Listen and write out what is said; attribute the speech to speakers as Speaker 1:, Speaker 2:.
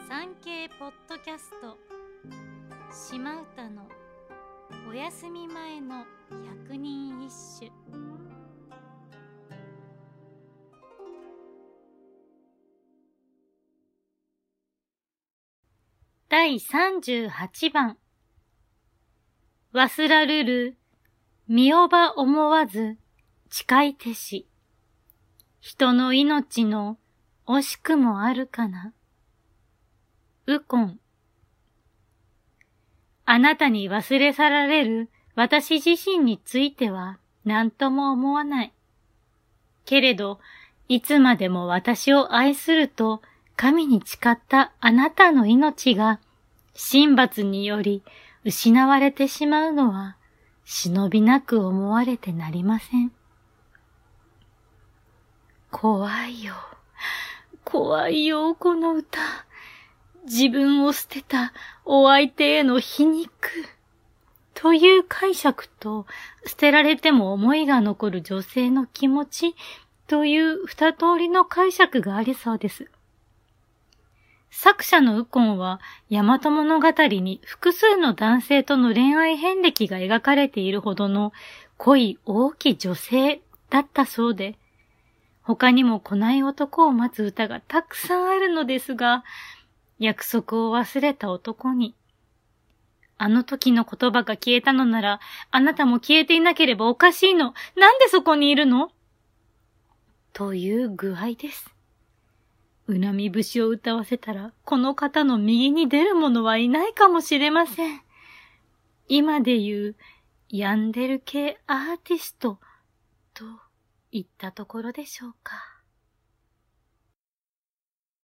Speaker 1: 産経ポッドキャスト島唄のお休み前の百人一首。第38番。忘らるる見おば思わず誓いてし、人の命の惜しくもあるかな。ウコン。あなたに忘れ去られる私自身については何とも思わない。けれど、いつまでも私を愛すると神に誓ったあなたの命が神罰により失われてしまうのは忍びなく思われてなりません。怖いよ。怖いよ、この歌。自分を捨てたお相手への皮肉という解釈と、捨てられても思いが残る女性の気持ちという二通りの解釈がありそうです。作者のウコンは大和物語に複数の男性との恋愛遍歴が描かれているほどの恋多き女性だったそうで、他にも来ない男を待つ歌がたくさんあるのですが、約束を忘れた男に、あの時の言葉が消えたのなら、あなたも消えていなければおかしいの。なんでそこにいるの？という具合です。うなみ節を歌わせたら、この方の右に出る者はいないかもしれません。今で言う、ヤンデル系アーティストといったところでしょうか。